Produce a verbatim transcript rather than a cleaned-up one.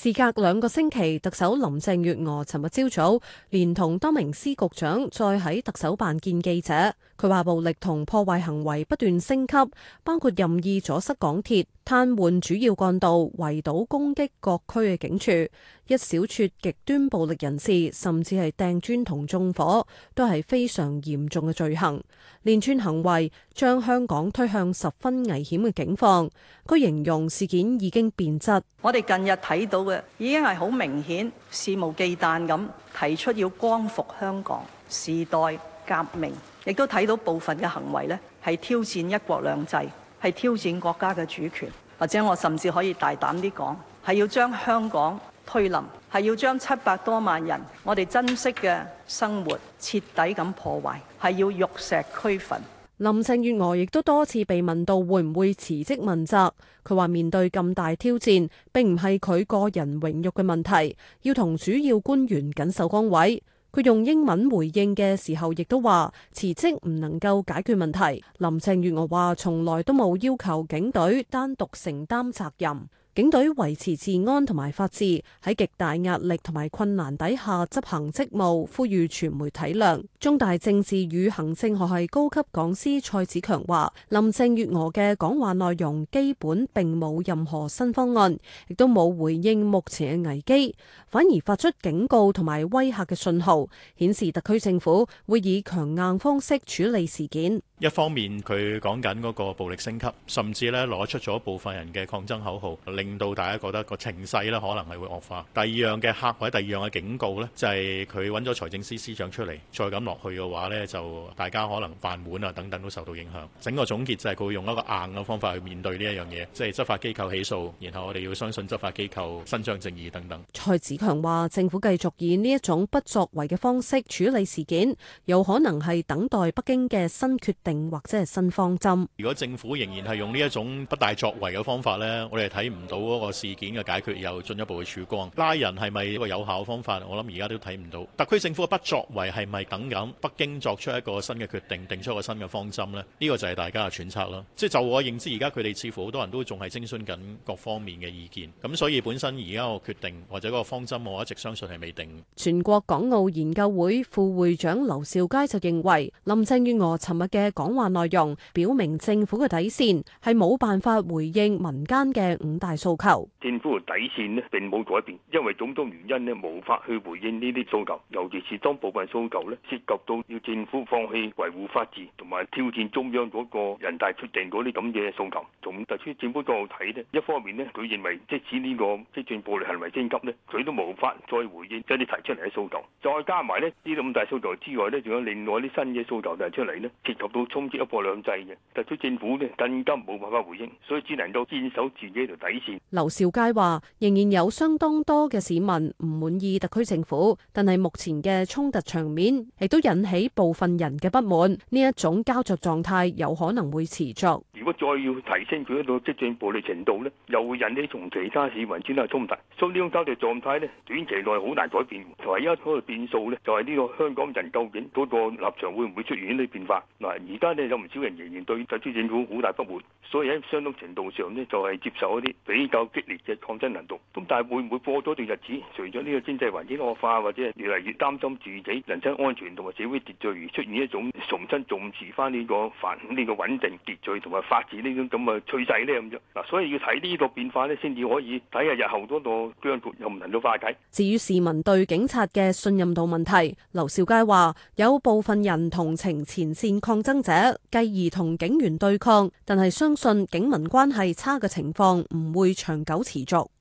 事隔兩個星期，特首林鄭月娥尋日朝早連同多名司局長再喺特首辦見記者。佢話暴力同破壞行為不斷升級，包括任意阻塞港鐵、癱瘓主要幹道、圍堵攻擊各區嘅警署，一小撮極端暴力人士甚至係掟磚同縱火，都係非常嚴重嘅罪行。連串行為將香港推向十分危險嘅境況。佢形容事件已經變質。 我哋近日睇到嘅已經係好明顯，肆無忌憚咁提出要光復香港、時代革命，亦都睇到部分嘅行為呢係挑戰一國兩制，係挑戰國家嘅主權，或者我甚至可以大膽啲講，係要將香港推冧，係要將七百多萬人我哋珍惜嘅生活徹底咁破壞，係要玉石俱焚。 林鄭月娥亦都多次被問到會唔會辭職問責，佢話面對咁大挑戰，並唔係佢個人榮譽嘅問題，要同主要官員緊守崗位。佢用英文回應嘅時候，亦都話辭職唔能夠解決問題。林鄭月娥話從來都冇要求警隊單獨承擔責任。警隊維持治安同埋法治，喺極大壓力同埋困難底下執行職務，呼籲傳媒體諒。中大政治與行政學系高級講師蔡子強話，林鄭月娥嘅講話內容基本並冇任何新方案，亦都冇回應目前嘅危機，反而發出警告同埋威嚇嘅信號，顯示特區政府會以強硬方式處理事件。 一方面佢講緊嗰個暴力升級，甚至咧攞出咗部分人嘅抗爭口號，令到大家覺得個情勢咧可能係會惡化。第二樣嘅嚇或者第二樣嘅警告咧，就係佢揾咗財政司司長出嚟，再咁落去嘅話咧，就大家可能飯碗啊等等都受到影響。整個總結就係佢會用一個硬嘅方法去面對呢一樣嘢，即係執法機構起訴，然後我哋要相信執法機構伸張正義等等。 蔡子強話：政府繼續以呢一種不作為嘅方式處理事件，有可能係等待北京嘅新決定。或者係新方針。 如果政府仍然係用呢一種不大作為嘅方法呢，我哋睇唔到嗰個事件嘅解決有進一步嘅曙光。拉人係咪一個有效嘅方法？我諗而家都睇唔到。特區政府嘅不作為係咪等緊北京作出一個新嘅決定，定出一個新嘅方針呢？呢個就係大家嘅揣測啦。即係就我認知，而家佢哋似乎好多人都仲係徵詢緊各方面嘅意見。咁所以本身而家個決定或者嗰個方針，我一直相信係未定。 全國港澳研究會副會長劉兆佳就認為，林鄭月娥尋日嘅講話內容表明政府嘅底線係冇辦法回應民間嘅五大訴求。 政府嘅底線呢並冇改變，因為種種原因呢無法去回應呢啲訴求，尤其是當部分訴求呢涉及到要政府放棄維護法治同埋挑戰中央嗰個人大決定嗰啲咁嘅訴求。從特區政府角度睇呢，一方面呢佢認為即使呢個激進暴力行為升級呢，佢都無法再回應即係你提出嚟嘅訴求。再加埋呢呢啲五大訴求之外呢，仲有另外啲新嘅訴求提出嚟呢，涉及到衝擊一國兩制嘅，特區政府呢更加冇辦法回應，所以只能夠堅守自己條底線。 劉兆佳話：仍然有相當多嘅市民唔滿意特區政府，但係目前嘅衝突場面亦都引起部分人嘅不滿，呢一種膠着狀態有可能會持續。 如果再要提升佢一個激進暴力程度呢，又會引起同其他市民之間嘅衝突，所以呢種膠着狀態呢，短期內好難改變。同埋而家嗰個變數呢，就係呢個香港人究竟嗰個立場會唔會出現呢啲變化？嗱，而家呢，有唔少人仍然對特區政府好大不滿，所以喺相當程度上呢，就係接受一啲比較激烈嘅抗爭行動。咁但係會唔會過咗段日子，隨咗呢個經濟環境惡化，或者係越嚟越擔心自己人身安全同埋社會秩序而出現一種重新重視翻呢個繁呢個穩定秩序同埋法治呢種咁嘅趨勢呢？咁樣嗱，所以要睇呢個變化呢，先至可以睇下日後嗰個僵局又唔能夠化解。 至於市民對警察嘅信任度問題，劉兆佳話有部分人同情前線抗爭者，繼而同警員對抗，但係相信警民關係差嘅情況唔會長久持續。